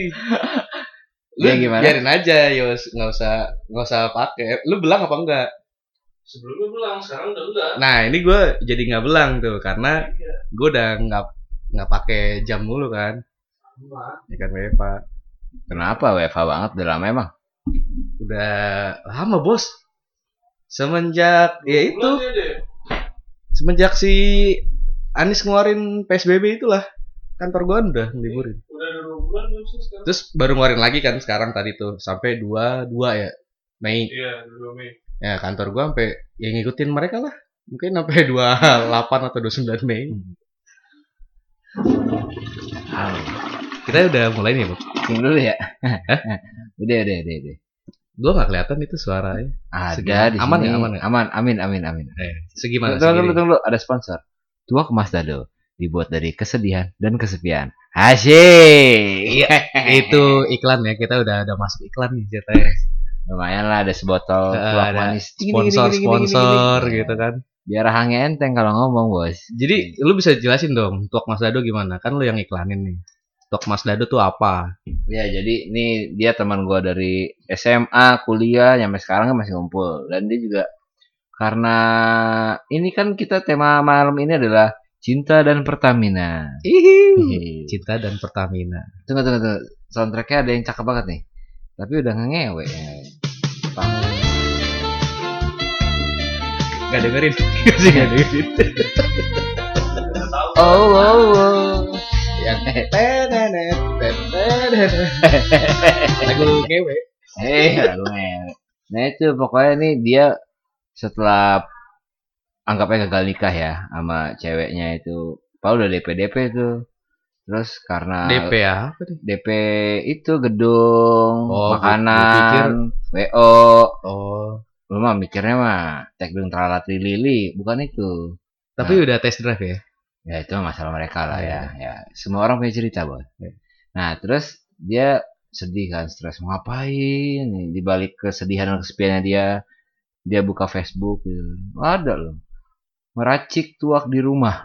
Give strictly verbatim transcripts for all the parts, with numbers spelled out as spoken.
Lu Ya gimana? biarin aja, Yos, nggak usah nggak usah pakai. Lu belang apa enggak? Sebelumnya belang, sekarang udah enggak. Nah ini gue jadi nggak belang tuh karena Iya. gue udah nggak nggak pakai jam mulu kan, Sama. ya kan Weva. Kenapa W F H banget udah lama emang? Udah lama bos. Semenjak ya itu, Bulan dia deh. semenjak si Anies ngeluarin P S B B itulah kantor gue udah liburin. Udah ada dua bulan belum sih sekarang? Terus baru ngeluarin lagi kan sekarang tadi tuh sampai dua dua ya Mei. Iya, dua Mei. Ya kantor gue sampai ya ngikutin mereka lah. Mungkin sampai dua puluh delapan atau dua puluh sembilan Mei. Halo. Kita udah mulai nih, Bu. Sing dulu ya. udah, udah, udah, udah. Gue gak kelihatan itu suaranya. Ada Segini. di Aman sini. ya, aman ya? Aman, amin, amin, amin. Eh, segimana Tunggu, tunggu, segini? tunggu, ada sponsor. Tuak Mas Dado dibuat dari kesedihan dan kesepian. Asyik. Iya, itu iklan ya. Kita udah ada masuk iklan nih ceritanya. Lumayan lah ada sebotol Eh, tuak ada manis. Gini, gini, Sponsor gini, gini, sponsor gini, gini. gitu kan. Biar hangnya enteng kalau ngomong, Bos. Jadi lu bisa jelasin dong Tuak Mas Dado gimana? Kan lu yang iklanin nih. Tuak Mas Dado tuh apa? Ya, jadi ini dia teman gua dari S M A, kuliah, sampai sekarang kan masih ngumpul. Dan dia juga karena ini kan kita tema malam ini adalah cinta dan Pertamina. Hihi. Cinta dan Pertamina. Tunggu, tunggu, tunggu. Soundtracknya ada yang cakep banget nih. Tapi udah ngewe. Gak dengerin. Gak dengerin. Oh, oh, oh. Yang tenenet, tenenet. Lagu ngewe. Eh, lagu ngewe. Nah itu pokoknya nih dia setelah anggapnya gagal nikah ya sama ceweknya itu. Paul udah D P D P tuh. Terus karena D P apa tuh? D P itu gedung, Oh, makanan, W O. Oh. Lu mah mikirnya mah tekdung tralati lili, bukan itu. Tapi Nah. udah test drive ya? Ya itu mah masalah mereka lah Oh, ya. Ya semua orang punya cerita, Bos. Iya. Nah, terus dia sedih kan, stres mau ngapain? Nih, di balik kesedihan dan kesepiannya dia, dia buka Facebook gitu. Ada loh. Meracik tuak di rumah.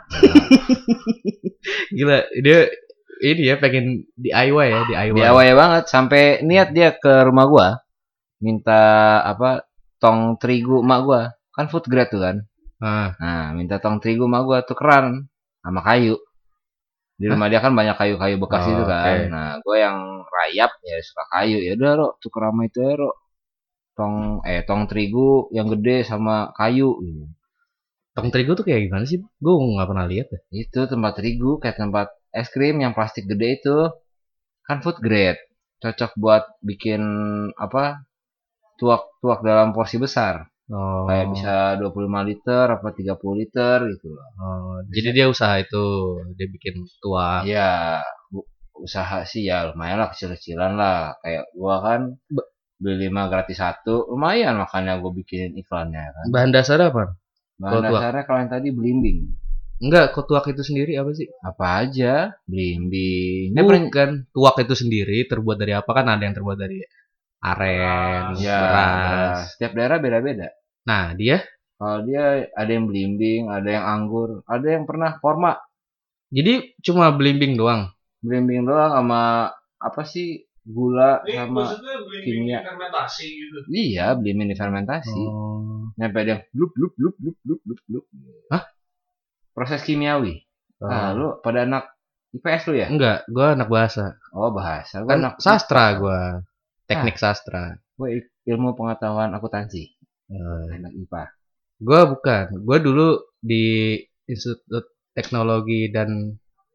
Gila, dia ini ya pengen D I Y ya, D I Y. Dia awalnya banget sampai niat dia ke rumah gua minta apa? Tong terigu emak gua. Kan food grade tuh kan. Ah, Nah, minta tong terigu emak gua tukeran sama kayu. Di rumah dia kan banyak kayu-kayu bekas Oh, itu kan. oke. Nah, gue yang rayap ya suka kayu. Ya udah, Ro, tuker sama itu ya, Ro. Tong eh tong terigu yang gede sama kayu. gitu. tong terigu tuh kayak gimana sih? Gue nggak pernah lihat ya. Itu tempat terigu kayak tempat es krim yang plastik gede itu. Kan food grade. Cocok buat bikin apa? Tuak-tuak dalam porsi besar. Oh, Kayak bisa dua puluh lima liter apa tiga puluh liter gitu loh. oh, jadi dia usaha itu, dia bikin tua. Iya, bu- usaha sih ya lumayan lah kecil-kecilan lah. Kayak gua kan Ba- beli lima gratis satu, lumayan makanya gua bikinin iklannya kan. Bahan dasarnya apa? Bahan Kalau tuak. dasarnya kalau yang tadi belimbing. Enggak, kok tuak itu sendiri apa sih? Apa aja? Belimbing. Dia pernah- Bukan, tuak itu sendiri terbuat dari apa? Kan ada yang terbuat dari aren, ya, beras. beras. Setiap daerah beda-beda. Nah, dia Kalau dia ada yang belimbing, ada yang anggur, ada yang pernah korma. jadi cuma belimbing doang. Belimbing doang sama apa sih? Gula Ini sama maksudnya beli kimia. fermentasi gitu. iya, belimbing difermentasi. Oh. Nyampe dia blup blup blup blup blup blup blup. Hah? Proses kimiawi. Nah, Oh. lu pada anak I P S lu ya? Enggak, gua anak bahasa. Oh, bahasa. Gua Kan anak sastra gua. Teknik sastra. Gua il- ilmu pengetahuan akuntansi. Eh, Anak I P A. Gua bukan. Gua dulu di Institut Teknologi dan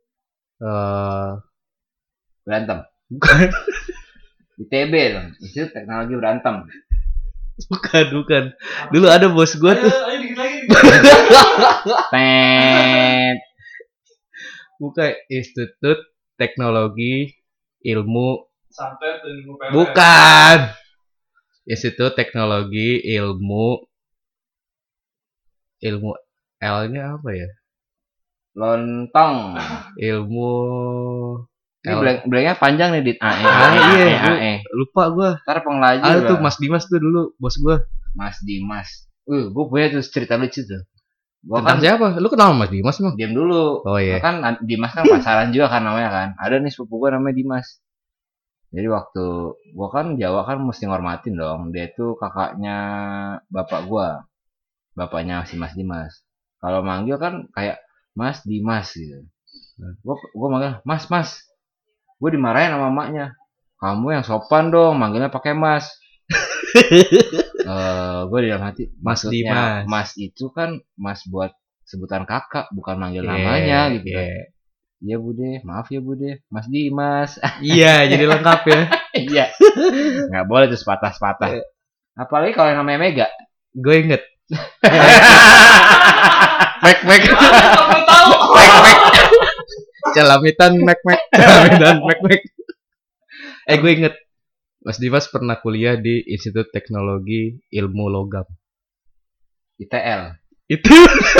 eh Berantem. bukan, I T B dong. Institut Teknologi Berantem. bukan, bukan. Dulu ada bos gua Ayo, tuh, ayo dikit lagi. Dikit lagi. Tet. bukan Institut Teknologi Ilmu, Santet dan ilmu P W. bukan. Institut Teknologi Ilmu Ilmu L-nya apa ya? Lontong. Ilmu Ini L. blank, blanknya panjang nih, Dit. A E. Ah, iya, A E, gua- A E. Lupa gua. Ntar pengelaju Ah, lah. tuh Mas Dimas tuh dulu bos gua. Mas Dimas. Uh, gua punya tuh cerita lucu tuh. Gua Tentang kan siapa? Lu kenal Mas Dimas emang? diam dulu. Oh iya. Kan Dimas kan pasaran juga kan namanya kan. Ada nih sepupu gua namanya Dimas. Jadi waktu gua kan Jawa kan mesti ngormatin dong. Dia itu kakaknya bapak gua, bapaknya si Mas Dimas. Kalau manggil kan kayak Mas Dimas gitu. Gua gua manggil Mas Mas. Gue dimarahin sama emaknya. Kamu yang sopan dong, manggilnya pakai Mas. Eh, gue di dalam hati, Mas maksudnya Dimas. Mas itu kan Mas buat sebutan kakak, bukan manggil Iya, namanya gitu kan. iya. Iya Bude, maaf ya Bude, Mas Dimas. Iya, jadi lengkap ya. Iya, nggak boleh tuh sepatah-sepatah. Apalagi kalau yang namanya Mega. Gue inget. Mek mek. Kamu tahu? Mek mek. Celamitan mek mek. Celamitan mek mek. Eh gue inget. Mas Dimas pernah kuliah di Institut Teknologi Ilmu Logam. I T L. Itu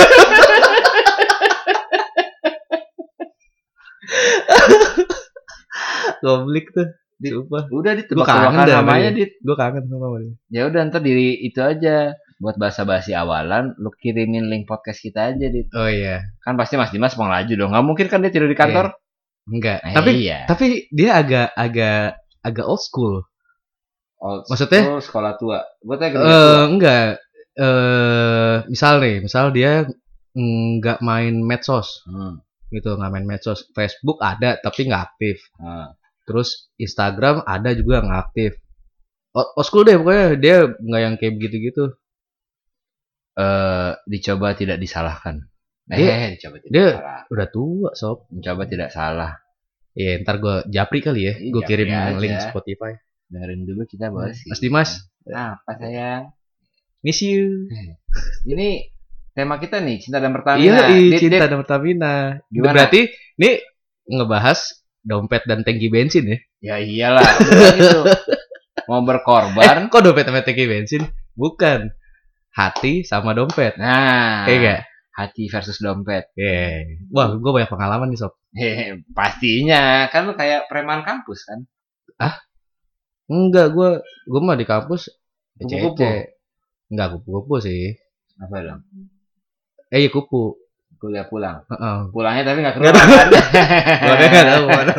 goblik tuh. Sumpah. Udah Gue ditebak-tebakan kangen dah namanya namanya. dit. Gue kangen sama dia. Ya udah ntar diri itu aja. Buat basa-basi awalan, lu kirimin link podcast kita aja dit. Oh iya. Kan pasti Mas Dimas mau ngelaju dong. Nggak mungkin kan dia tidur di kantor. Enggak. Eh, tapi iya. tapi dia agak agak agak old school. Old maksudnya? school, sekolah tua. Gue tanya Eh gereja tua. enggak. Eh misal nih, misal dia nggak main medsos Hmm. gitu, nggak main medsos. Facebook ada tapi nggak aktif. Nah. Terus Instagram ada juga nggak aktif. O- Old school deh pokoknya, dia nggak yang kayak begitu-gitu. Eh, dicoba tidak disalahkan. Dia- Eh, dicoba tidak dia- salah. Udah tua sob. Mencoba tidak salah. Ya ntar gue japri kali ya, Iya, gue kirim japri aja. link Spotify. Dengerin dulu kita bahas. Mas Dimas, Apa sayang? miss you. Ini tema kita nih, cinta dan Pertamina. Iya, ih, Dit, cinta Dit, dan Pertamina. Gimana? Berarti ini ngebahas dompet dan tangki bensin ya? Ya iyalah, bukan gitu. Mau berkorban. Eh, kok dompet sama tangki bensin? Bukan. Hati sama dompet. Nah, Iya gak? hati versus dompet. Yeah. Wah, gue banyak pengalaman nih sob. Hehe, pastinya kan lu kayak preman kampus kan. Enggak, gue gue mah di kampus Kupu-kupu? ece-ece. Enggak kupu-kupu sih. Apa dong? Eh, iya kupu. Kuliah pulang. Heeh. Pulangnya tapi nggak Nggak keluar kan? Gue nggak tahu mana.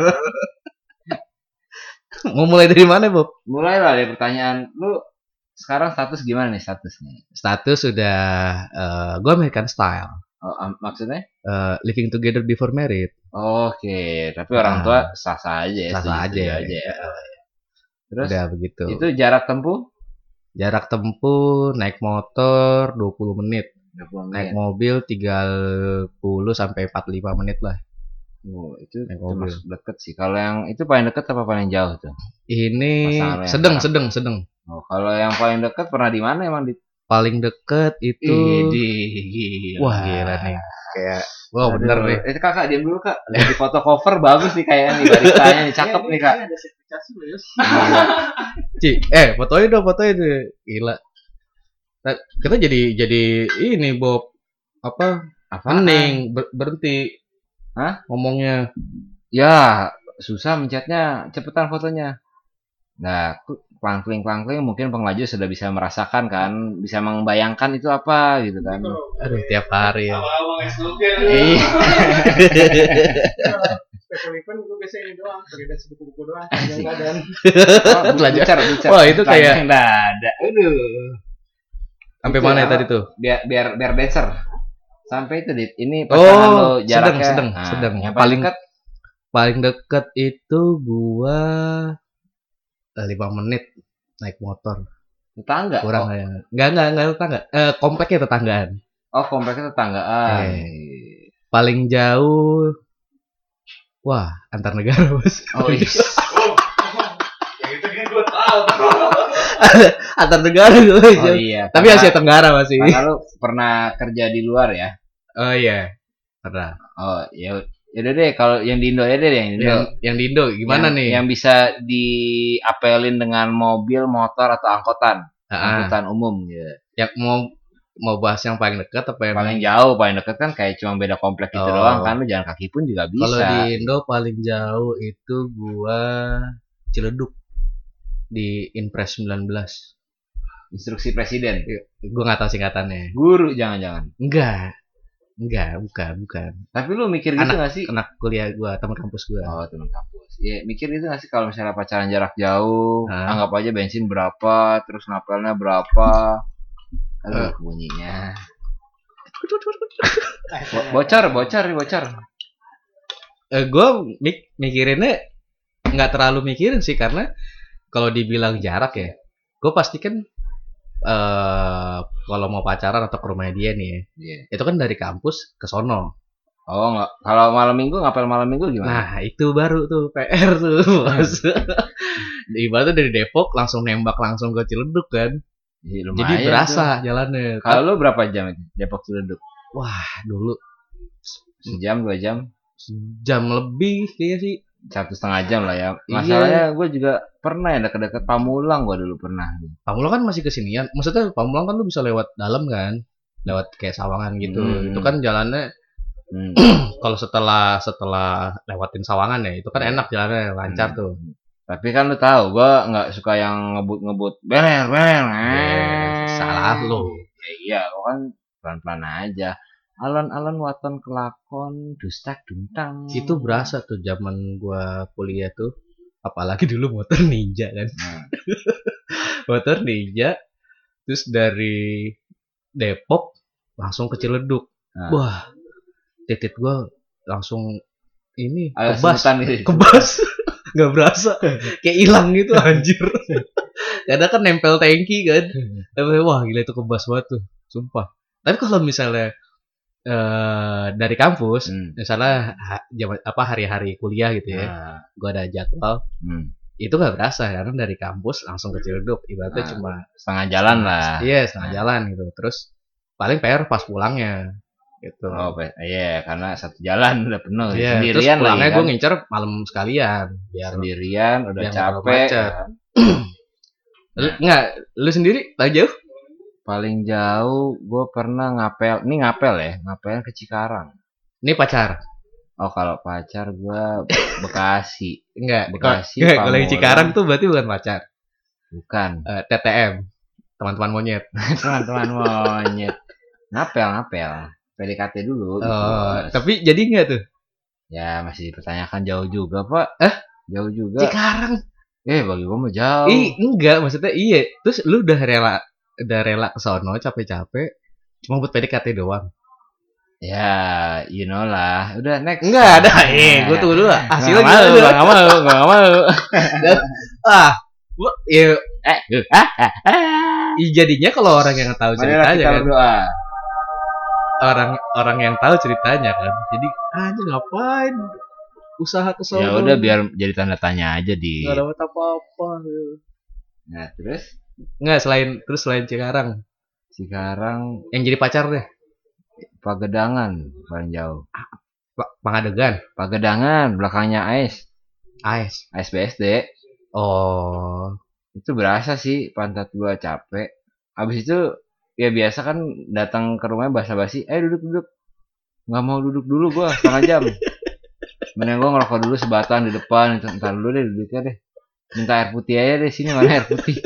Mau mulai dari mana, Bob? Mulai lah dari pertanyaan lu sekarang status gimana nih statusnya? Status sudah eh gue American style. Oh, am- maksudnya? Eh, living together before married. Oke, tapi orang Ah. tua sah-sah aja ya. Sah-sah setuju-setuju aja. aja ya. Terus Udah begitu. itu jarak tempuh Jarak tempuh naik motor dua puluh menit. dua puluh Naik menit. mobil tiga puluh sampai empat puluh lima menit lah. Oh, itu Naik mobil. termasuk deket sih. Kalau yang itu paling deket apa paling jauh tuh? Ini Pasangan lo yang sedang, sekarang. sedang, sedang. Oh, kalau yang paling deket pernah di mana emang di? Paling deket itu Idih, gila. wah gila nih. Kayak wow Aduh, bener nih. Eh kakak diam dulu kak. Lihat di foto cover bagus nih kayaknya nih baristanya nih cakep nih kak. Ada sertifikasi loh, Yus. Gila. Ci, eh fotonya dong, fotonya tuh. Gila. Nah, kita jadi jadi ini Bob apa? Apaan? Hening ber- berhenti. Hah? Ngomongnya. Ya susah mencetnya, cepetan fotonya. Nah, klangkling klangkling mungkin penglaju sudah bisa merasakan kan, bisa membayangkan itu apa gitu kan. Aduh tiap hari ya. Abang-abang ex-looker. Iya. Special event gue biasanya ini doang, pakai dasi buku-buku doang, yang badan. Oh, Telanjang. bicar, bicar. Wah, itu kayak- Telanjang dada. Aduh. Sampai Itu mana ya apa? tadi tuh? Biar biar biar dancer. Sampai itu dit. Ini Oh, pasangan lo sedang, jaraknya. sedang, Nah, sedang. Yang Paling- paling dekat Paling deket itu gua eh, lima menit naik motor. tetangga. Kurang Oh, ya. Enggak enggak enggak tetangga. Eh kompleknya tetanggaan. oh kompleknya tetanggaan. Eh. Paling jauh wah, antar negara, Bos. Oh iya. Oh, yang itu kan gue tahu. Antar negara gue. Oh iya. Tapi karena- Asia Tenggara masih. Karena lu pernah kerja di luar ya. Oh iya. Pernah. Oh ya. Yaudah deh kalau yang di Indo ya deh yang di Indo. Yang yang di Indo gimana Yang- nih? Yang bisa diapelin dengan mobil, motor atau angkotan, Ah, angkutan umum gitu. yang mau mau bahas yang paling dekat apa yang Paling jauh, paling dekat kan kayak cuma beda komplek itu Oh. doang kan, lu jalan kaki pun juga bisa. Kalau di Indo paling jauh itu gua Ciledug di Inpres sembilan belas. Instruksi presiden. Gua nggak tahu singkatannya. Guru jangan-jangan. Enggak. Enggak, bukan, bukan. Tapi lu mikir gitu Anak- gak sih? Anak kuliah gua, teman kampus gua. Oh, teman kampus. Ya, mikir itu gak sih kalau misalnya pacaran jarak jauh, Hah? anggap aja bensin berapa, terus ngapelnya berapa. Aduh, Eh. bunyinya. Eh, Bo- bocor, bocor, nih, bocor. Eh, gua mik- mikirinnya nggak terlalu mikirin sih karena kalau dibilang jarak ya, gue pasti kan eh kalau mau pacaran atau ke rumahnya dia nih ya, Iya. itu kan dari kampus ke sono. Oh, enggak. Kalau malam minggu ngapel malam minggu gimana? Nah, itu baru tuh P R tuh, Bos. Ibaratnya dari Depok langsung nembak langsung ke Ciledug kan. Iya, Jadi lumayan berasa tuh. jalannya. Kalau lu berapa jam itu? Depok Ciledug? Wah, dulu Sejam, dua jam? jam lebih kayaknya sih. Satu setengah jam lah ya. Iya. Masalahnya gue juga pernah ya deket-deket Pamulang, gue dulu pernah. Pamulang kan masih kesinian. Maksudnya Pamulang kan lu bisa lewat dalam kan. Lewat kayak Sawangan gitu. Hmm. Itu kan jalannya Hmm. kalau setelah setelah lewatin Sawangan ya, itu kan enak jalannya, lancar Hmm. tuh. Tapi kan lu tahu, gue nggak suka yang ngebut-ngebut beler beler. Eh, salah lu. Ya, iya, gue kan pelan-pelan aja. Alon-alon waton kelakon, dustak duntang. Itu berasa tuh zaman gua kuliah tuh. Apalagi dulu motor Ninja kan. Nah, Motor Ninja terus dari Depok langsung ke Ciledug. Nah. Wah, titit gua langsung ini agak kebas. semutan gitu. Kebas. Nggak berasa. Kayak hilang gitu anjir. Kadang kan nempel tangki kan. Tapi wah gila itu kebas banget tuh. Sumpah. Tapi kalau misalnya eh dari kampus, Hmm. misalnya ha- jam- apa hari-hari kuliah gitu ya, Nah, gua ada jadwal, hmm. itu nggak berasa karena dari kampus langsung ke Ciledug, ibaratnya Nah, cuma setengah jalan lah. iya setengah Nah. jalan gitu. Terus paling P R pas pulangnya gitu. Oh, pe- iya, karena satu jalan udah penuh. Iya, terus Sendirian lagi pulangnya kan. gue ngincer malam sekalian biar Sendirian, udah biar nggak terlalu capek. macet. kan. lu, nggak lu sendiri tak jauh? Paling jauh gue pernah ngapel, ini ngapel ya, ngapel ke Cikarang. Ini pacar? Oh, kalau pacar gue Bekasi. Enggak, Bekasi, Nggak, kalau yang Pamulang. Cikarang tuh berarti bukan pacar. Bukan. Eh, T T M, teman-teman monyet. Teman-teman monyet. Ngapel, ngapel. P D K T dulu. gitu. Oh, tapi jadi nggak tuh? Ya, masih dipertanyakan jauh juga, Pak. Eh? Jauh juga. Cikarang? Eh, bagi gue mah jauh. Ih, enggak, maksudnya iya. Terus lu udah rela udah rela ke sono capek-capek cuma buat P D K T doang. Ya, you know lah. Udah, next. Enggak ada. Eh, gue tunggu dulu. Hasilnya Hasilnya gak mau, gimana? gak mau, gak mau. Ah, gua ya Eh, ah, ah, ah. ih, jadinya kalau orang yang tahu Marilah ceritanya kita kan, berdoa. orang orang yang tahu ceritanya kan. Jadi anjir ngapain usaha ke sono? Ya udah biar jadi tanda tanya aja di. nggak dapat apa-apa. Nah, terus Nggak, selain terus selain Cikarang sekarang yang jadi pacar deh. Pagedangan paling jauh. Pa- Pangadegan, Pagedangan belakangnya A S, A S. A S B S D. Oh, Itu berasa sih pantat gua capek. Habis itu ya biasa kan datang ke rumahnya basa-basi, "Eh, duduk-duduk." Nggak mau duduk dulu gua setengah jam. Mending gua ngerokok dulu sebatang di depan, ntar dulu deh duduknya deh. Minta air putih aja deh, sini mana air putih.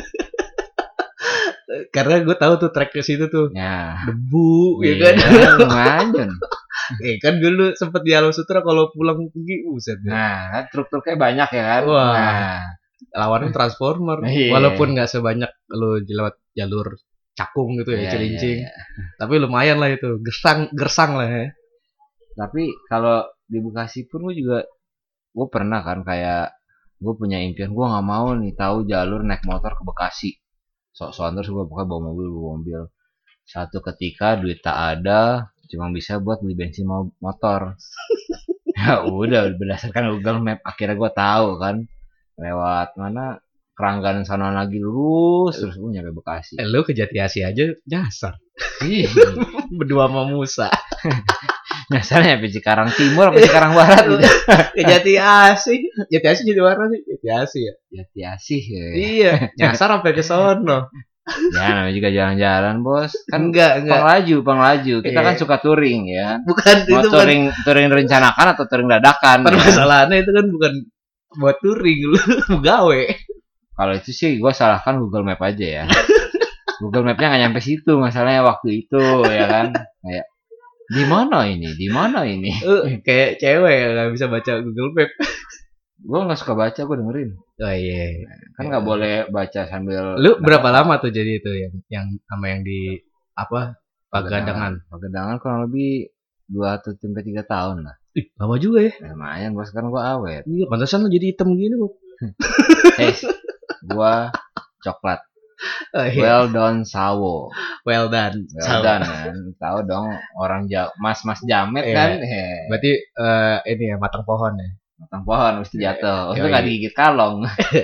karena gue tahu tuh trek ke situ tuh Ya, debu, ya iya, kan? lumayan. Eh kan dulu sempet di Alam Sutra kalau pulang pergi, buset. ya. Nah, truk-truknya banyak ya kan. Wah. Nah, Lawannya Transformer, Iya. walaupun nggak sebanyak lu lewat jalur Cakung gitu ya, iya, Cilincing. iya, iya. Tapi lumayan lah itu, gersang gersang lah ya. Tapi kalau di Bekasi pun gue juga, gue pernah kan kayak gue punya impian, gue nggak mau nih tahu jalur naik motor ke Bekasi. Sok-sokan terus gue pokoknya bawa mobil, bawa mobil. Satu ketika duit tak ada, cuma bisa buat beli bensin mo- motor. Ya udah berdasarkan Google Map akhirnya gue tahu kan lewat mana Keranggan sana lagi lurus terus gue nyampe Bekasi. Eh, lu ke Jatiasi aja nyasar. Ih, Berdua sama Musa. nyasarnya sampai Cikarang Timur sampai Cikarang Barat gitu. Ke Jatiasi. Jatiasi jadi warna sih? Jatiasi ya? Jati Asih ya. Iya, nyasar sampai ke sono. Ya namanya juga jalan-jalan bos. Kan Enggak, enggak. penglaju, penglaju. Kita Iya. kan suka touring ya. Bukan Mau itu kan touring, touring rencanakan atau touring dadakan. Ya. permasalahannya itu kan bukan buat touring, lu gawe. Kalau itu sih gue salahkan Google Map aja ya. Google Mapnya nggak nyampe situ masalahnya waktu itu ya kan. Kayak Di mana ini? Di mana ini? Uh, kayak cewek yang nggak bisa baca Google Map. Gue nggak suka baca, gue dengerin. Oh iya. Kan nggak boleh baca sambil. Lu berapa lama tuh jadi itu yang yang sama yang di apa Pagedangan? Pagedangan kurang lebih dua atau sampai tiga tahun lah. Ih, lama juga ya. Ya, lumayan, gue sekarang gue awet. Iya, pantesan lu jadi hitam gini, Bu. Eh, gue coklat. Oh, iya. Well done sawo. Well done. Well Sawo. done kan. Tahu dong orang Jawa, mas-mas jamet Iya. kan. Eh, Berarti eh, ini ya matang pohon ya. matang pohon mesti jatuh. Iya, Itu nggak iya. digigit kalong.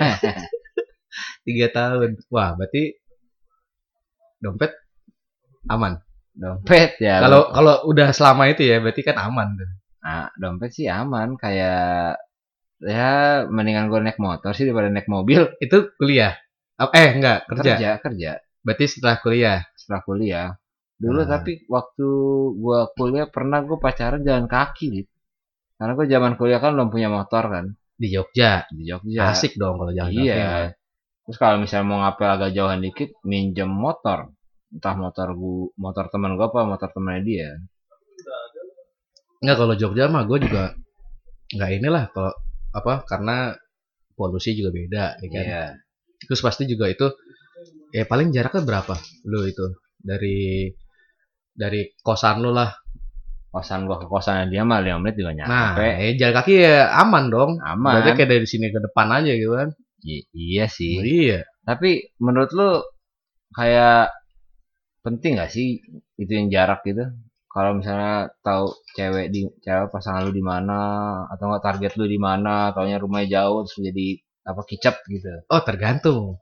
Tiga tahun. Wah, berarti dompet aman. Dompet ya. Kalau kalau udah selama itu ya, berarti kan aman tuh. Nah, dompet sih aman, kayak ya mendingan gue naik motor sih daripada naik mobil. Itu kuliah. Oh, Eh, enggak, kerja. Kerja, kerja Berarti setelah kuliah. setelah kuliah. Dulu Ah. tapi waktu gue kuliah pernah gue pacaran jalan kaki gitu. Karena gue zaman kuliah kan belum punya motor kan Di Jogja. di Jogja. Asik dong kalau jalan kaki. Iya. Terus kalau misalnya mau ngapel agak jauhan dikit, minjem motor. Entah motor gua, motor teman gue apa motor temannya dia. Enggak, kalau Jogja mah gue juga enggak inilah kalau apa karena polusi juga beda ya kan. Iya. Terus pasti juga itu ya paling jaraknya berapa lu itu dari dari kosan lu lah. Kosan gua ke kosannya dia mah lima menit juga Nah, nyampe. eh, jalan kaki ya aman dong. Aman. Berarti kayak dari sini ke depan aja gitu kan. I- iya sih. Oh, iya. Tapi menurut lu kayak penting gak sih itu yang jarak gitu? Kalau misalnya tahu cewek di cewek pasangan lu di mana atau enggak target lu di mana, taunya rumahnya jauh terus jadi apa kicap gitu. Oh, tergantung.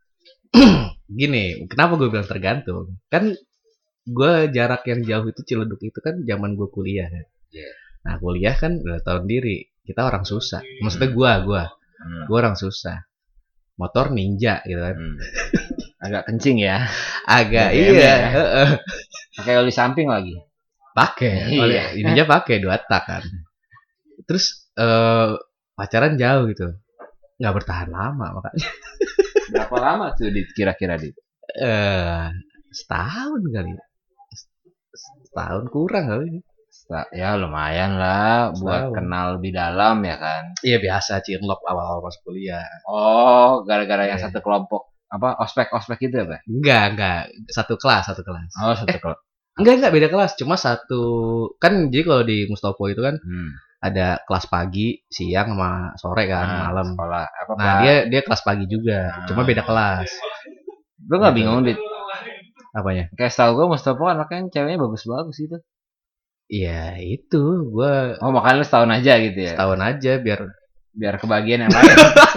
Gini, kenapa gue bilang tergantung? Kan gue jarak yang jauh itu Ciledug itu kan zaman gue kuliah kan. Iya. Nah, kuliah kan udah tahun diri. Kita orang susah. Maksudnya gue, gue, Hmm. gue orang susah. Motor ninja gitu kan. Hmm. Agak kencing ya. Agak B B M iya, ya. heeh. Pakai oli samping lagi. Pakai. Iya. Oleh ininya pakai dua tak kan. Terus eh pacaran jauh gitu. Nggak bertahan lama makanya. Berapa lama tuh Dit kira-kira Dit? Eh setahun kali. Setahun kurang kali. Sta- Ya lumayan lah buat Setahun. kenal lebih dalam ya kan. Iya biasa cinlok awal-awal masuk kuliah. Oh, gara-gara yang Iya. satu kelompok apa ospek-ospek gitu apa? Enggak, enggak. Satu kelas, satu kelas. Oh, satu kelompok. Enggak, enggak beda kelas. Cuma satu kan jadi kalau di Mustopo itu kan Hmm. ada kelas pagi, siang sama sore kan, Nah, malam. sekolah apa Nah, Pak? dia dia kelas pagi juga. Cuma Ah. beda kelas. Gue nggak gitu. bingung Dit. Apanya? Kayak setahu gue Mustopo anaknya ceweknya bagus-bagus gitu. Iya, itu gua Oh, makanya lu setahun aja gitu ya. setahun aja biar Biar kebagian yang lain.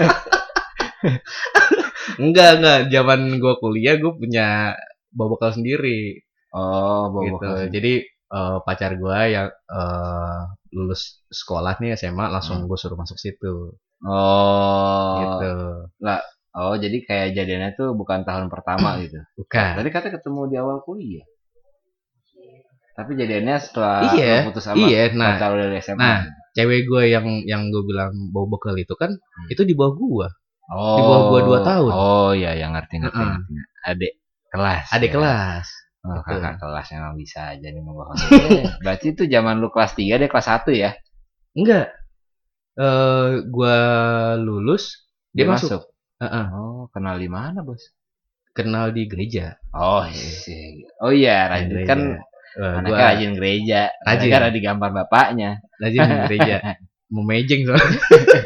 enggak, enggak. Zaman gua kuliah gua punya bawa bekal sendiri Oh, bawa gitu. bekal. Jadi eh, pacar gua yang eh, lulus sekolah nih S M A langsung Hmm. gua suruh masuk situ Oh. gitu. Oh, jadi kayak jadinya tuh bukan tahun pertama gitu. Bukan. Tadi kata ketemu di awal kuliah. Tapi jadiannya setelah Iya, lu putus sama iya. Nah, pacar lu dari S M A. nah. cewek gua yang yang gua bilang bawa bekal itu kan Hmm. itu di bawah gua. Oh. di bawah gua dua tahun. Oh, iya, yang ngerti ngerti. Heeh. ngerti. Adik kelas. Adik ya. kelas. Oh, Gitu. kakak kelas emang bisa aja nih membawa. Eh, berarti itu zaman lu kelas tiga dia kelas satu ya? Enggak. Eh gua lulus dia, masuk. Heeh. Oh, kenal di mana, Bos? Kenal di gereja. Oh, iya. Oh iya, Radit Gereja. kan Eh, anaknya gua rajin gereja. Rajin. Karena di gambar bapaknya. rajin di gereja. Mau mejeng soalnya.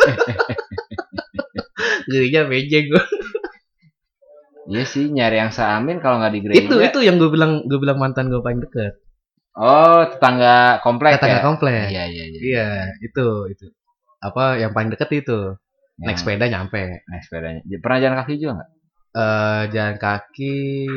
Gereja mejeng gua. Iya sih, nyari yang seamin kalau nggak di gereja. Itu itu yang gue bilang gue bilang mantan gue paling deket. Oh, tetangga komplek Tetangga ya? komplek. Iya, iya, iya. Iya, itu itu. Apa yang paling deket itu? Yang Naik sepeda nyampe. naik sepedanya. Pernah jalan kaki juga nggak? Eh jalan kaki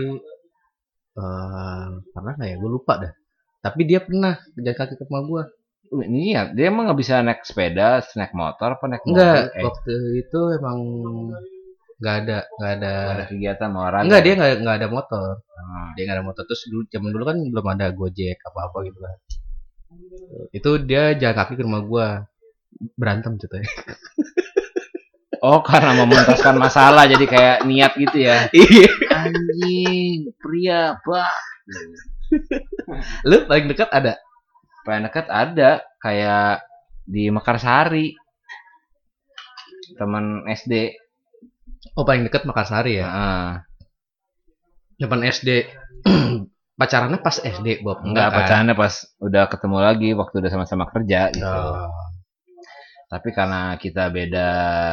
eh pernah nggak ya? Gue lupa dah. Tapi dia pernah jalan kaki ke rumah gue. Uh, Ini ya, dia emang nggak bisa naik sepeda, naik motor, apa naik mobil? Enggak, Eh, waktu itu emang nggak ada nggak ada. nggak ada kegiatan mau olahraga. Enggak, dia nggak nggak ada motor. Hmm. Dia nggak ada motor. Terus dulu zaman dulu kan belum ada Gojek apa apa gitu kan. Itu dia jalan kaki ke rumah gue. Berantem ceritanya. Oh, karena memuntaskan masalah jadi kayak niat gitu ya. Iya. Anjing, pria, bah. Lu paling dekat ada? paling dekat ada kayak di Mekarsari, teman S D. Oh paling dekat Makassari ya. Heeh. Depan S D. Pacarannya pas S D, Bob. Enggak, kan? pacarannya pas udah ketemu lagi waktu udah sama-sama kerja gitu. Oh. Tapi karena kita beda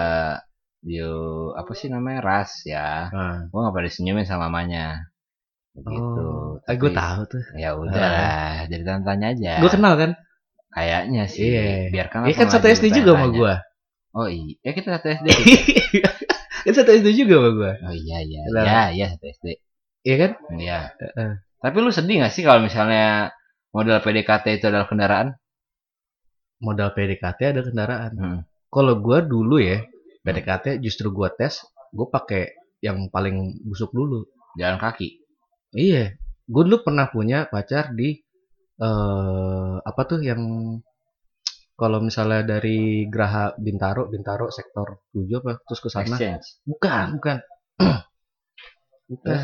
yo apa sih namanya ras ya, Nah. gua nggak pada senyumin sama mamanya. Gitu. Oh, eh, gue tahu tuh. Ya udah lah, jadi tanya aja. Gue kenal kan? Kayaknya sih. Iya. Biarkan Iya kan satu S D juga sama gue. Oh iya, ya kita satu S D. Kan satu S D juga sama gue. Oh iya iya. Lah. Ya, iya satu S D. Iya kan? Iya. Heeh. Tapi lu sedih gak sih kalau misalnya modal P D K T itu adalah kendaraan? Modal P D K T ada kendaraan. Hmm. Kalau gue dulu ya, P D K T justru gue tes, gue pakai yang paling busuk dulu. Jalan kaki. Iya, gue dulu pernah punya pacar di eh apa tuh yang kalau misalnya dari Geraha Bintaro, Bintaro sektor tujuh apa terus ke sana? Exchange. Bukan, bukan. Bukan.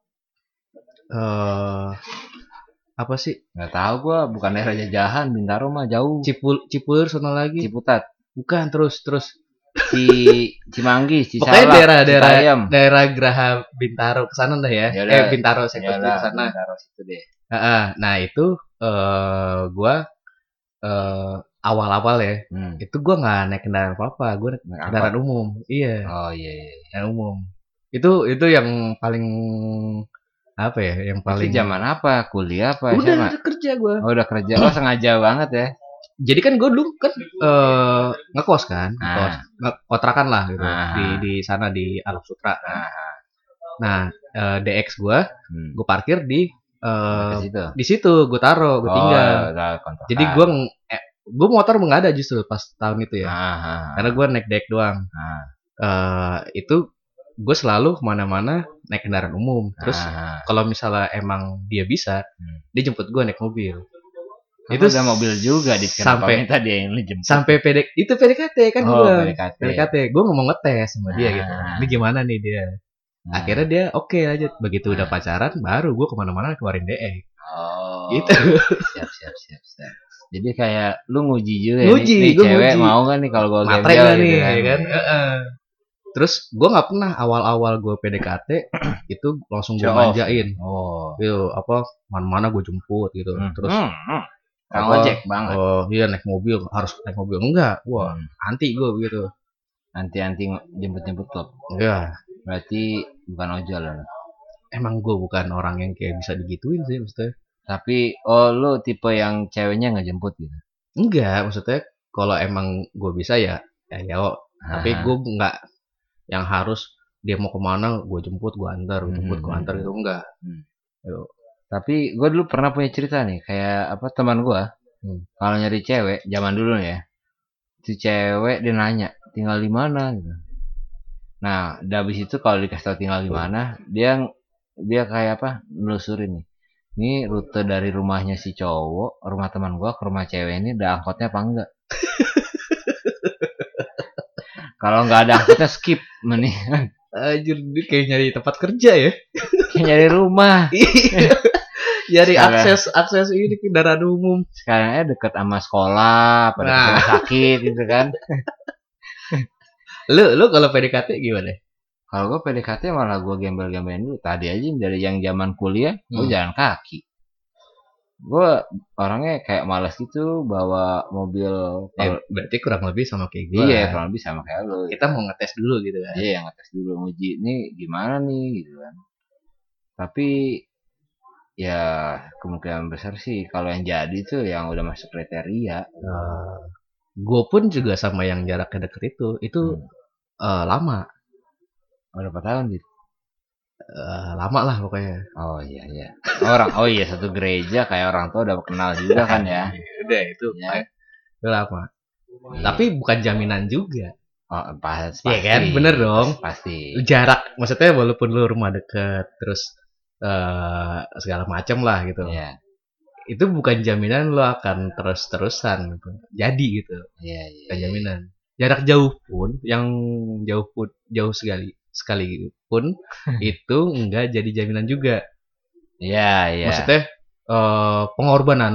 Eh apa sih? Gak tahu gua, bukan daerah jajahan, Bintaro mah jauh. Cipul Cipulur sana lagi. Ciputat, Bukan, terus terus. Ci Cimanggis, Cisalak, Pokoknya daerah-daerah Citayam. daerah Geraha Bintaro ke sana dah ya. Yaudah. Eh Bintaro sektor tujuh Yalah, ke sana. Bintaro situ deh. Heeh. Nah, itu eh gua eh awal-awal ya. Hmm. Itu gua nggak naik kendaraan apa-apa, gua naik Naik apa? kendaraan umum. Iya, Oh iya. iya. kendaraan umum. Itu itu yang paling apa ya? Yang paling Itu zaman apa? Kuliah apa? udah S M A? udah kerja gua. Oh udah kerja. Oh sengaja banget ya. Jadi kan gua dulu kan eh ngekos kan, ngekos, Ah. nge- kontrakan lah gitu Ah. di di sana di Alok Sutra kan. Ah. Nah, eh, D X gua Hmm. gua parkir di eh Ke situ. di situ gua taruh, gua tinggal. Oh, udah kontrakan. Jadi gua ng- eh, gua motor nggak ada justru pas tahun itu ya. Ah, ah, ah. Karena gua naik D X doang. Ah. Eh itu gue selalu kemana-mana naik kendaraan umum. Terus Ah. kalau misalnya emang dia bisa, Hmm. dia jemput gue naik mobil. Kamu Itu udah mobil juga di kenapa sampai- minta dia yang lu jemput. Sampai P D itu P D K T kan Oh, gue. P D K T. P D K T. Gue ngomong ngetes sama dia Ah. gitu. Ini gimana nih dia? Nah. Akhirnya dia oke aja. Begitu udah Ah. pacaran, baru gue kemana-mana keluarin D X. Oh. Gitu. Siap siap siap siap. Jadi kayak lu nguji juga ya. Nguji, nih, nih gua cewek nguji. mau gak nih kalau gua Matre gembel nggak gitu nih, kan. ya kan? Heeh. Terus gue nggak pernah awal-awal gue P D K T itu langsung gue Show off. manjain. Oh. Gitu, apa mana-mana gue jemput gitu. Hmm. Terus Hmm, hmm. Kang apa, ojek banget. Oh iya naik mobil harus naik mobil enggak? Wah Hmm. anti gue begitu. Anti-anti jemput-jemput klub. Enggak. Berarti bukan ojol lah. Emang gue bukan orang yang kayak bisa digituin sih maksudnya. Tapi oh lu tipe yang ceweknya ngejemput gitu. Enggak maksudnya kalau emang gue bisa ya ya ya. kok. Tapi Ah. gue enggak yang harus dia mau kemana gue jemput gue antar, gue jemput gue Hmm. antar gitu enggak. Hmm. Gitu. Tapi gue dulu pernah punya cerita nih, kayak apa teman gue, Hmm. kalau nyari cewek zaman dulu nih ya, si cewek dia nanya tinggal di mana gitu. Nah, udah habis itu kalau dikasih tahu tinggal di mana, dia dia kayak apa nelusurin nih. Ini rute dari rumahnya si cowok, rumah teman gue ke rumah cewek ini ada angkotnya apa enggak? Kalau nggak ada angkotnya skip, mending Anjir dia kayak nyari tempat kerja ya. kayak nyari rumah. Nyari Sekarang- akses akses ini kendaraan umum. Sekarang ya deket sama sekolah, pada Nah. rumah sakit gitu kan. Lu lu kalau P D K T gimana? Kalau gue P D K T malah gue gembel-gembelin dulu. Tadi aja dari yang zaman kuliah, gue Hmm. jalan kaki. Gue orangnya kayak malas gitu bawa mobil. Eh, Kalau berarti kurang lebih sama kayak gue. iya, kurang lebih sama kayak lu. Kita mau ngetes dulu gitu kan. Iya, yang ngetes dulu nguji ini gimana nih gitu kan. Tapi ya kemungkinan besar sih kalau yang jadi tuh yang udah masuk kriteria. Gue pun juga sama yang jaraknya deket itu, itu Hmm. eh, lama, Oh, berapa tahun gitu? Eh, lama lah pokoknya. Oh iya iya. Orang oh iya satu gereja kayak orang tua udah kenal juga kan ya. Udah itu, Ya. itu lama. Iya. Tapi bukan jaminan juga. oh, pas, pasti. Iya kan, bener dong. Pasti. Jarak, maksudnya walaupun lu rumah deket, terus eh, segala macam lah gitu. Iya. Itu bukan jaminan lu akan terus-terusan gitu. Jadi gitu, Iya iya. bukan jaminan. Jarak jauh pun, yang jauh pun jauh sekali sekalipun itu enggak jadi jaminan juga. Iya iya. Maksudnya eh, pengorbanan lo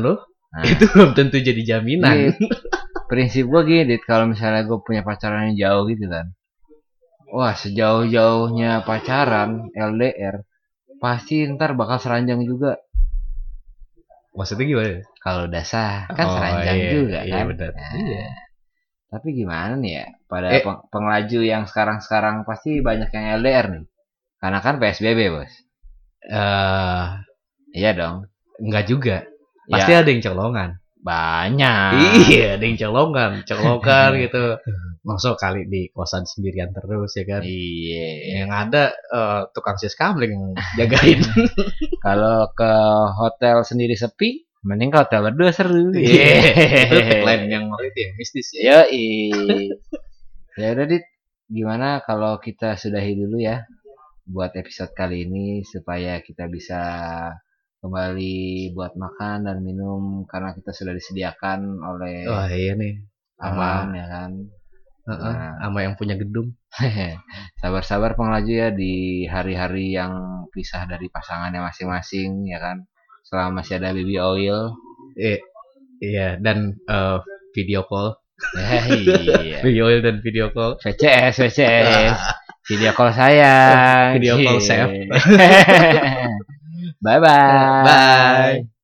Nah, itu belum tentu jadi jaminan. Dit, prinsip gue gini, Dit, kalau misalnya gue punya pacaran yang jauh gitu kan, wah sejauh-jauhnya pacaran L D R pasti ntar bakal seranjang juga. Maksudnya gimana? Kalau udah sah kan Oh, seranjang iya, juga iya, kan. benar. Nah, Iya. Tapi gimana nih ya, pada Eh. peng- pengelaju yang sekarang-sekarang pasti banyak yang L D R nih. Karena kan P S B B, Bos. Eh, Iya dong. enggak juga. Pasti Ya, ada yang colongan. banyak. Iya, ada yang colongan, colongan gitu. Masuk kali di kosan sendirian terus ya kan. Iya. Yang ada eh, tukang siskamling yang jagain. Kalau ke hotel sendiri sepi, mending ke hotel berdua seru. Iya. Itu tagline yang waktu itu yang mistis ya. Yo, ya udah Dit, gimana kalau kita sudahi dulu ya buat episode kali ini supaya kita bisa kembali buat makan dan minum karena kita sudah disediakan oleh Wah, iya nih. aman Sama ya kan. Heeh, Nah, sama yang punya gedung. sabar-sabar pengelaju ya di hari-hari yang pisah dari pasangannya masing-masing ya kan. Selama masih ada baby oil. Eh, iya, dan eh, video call. Eh, iya. Video call dan video call. V C S, V C S. Video call sayang. Video call chef. Bye-bye. Bye.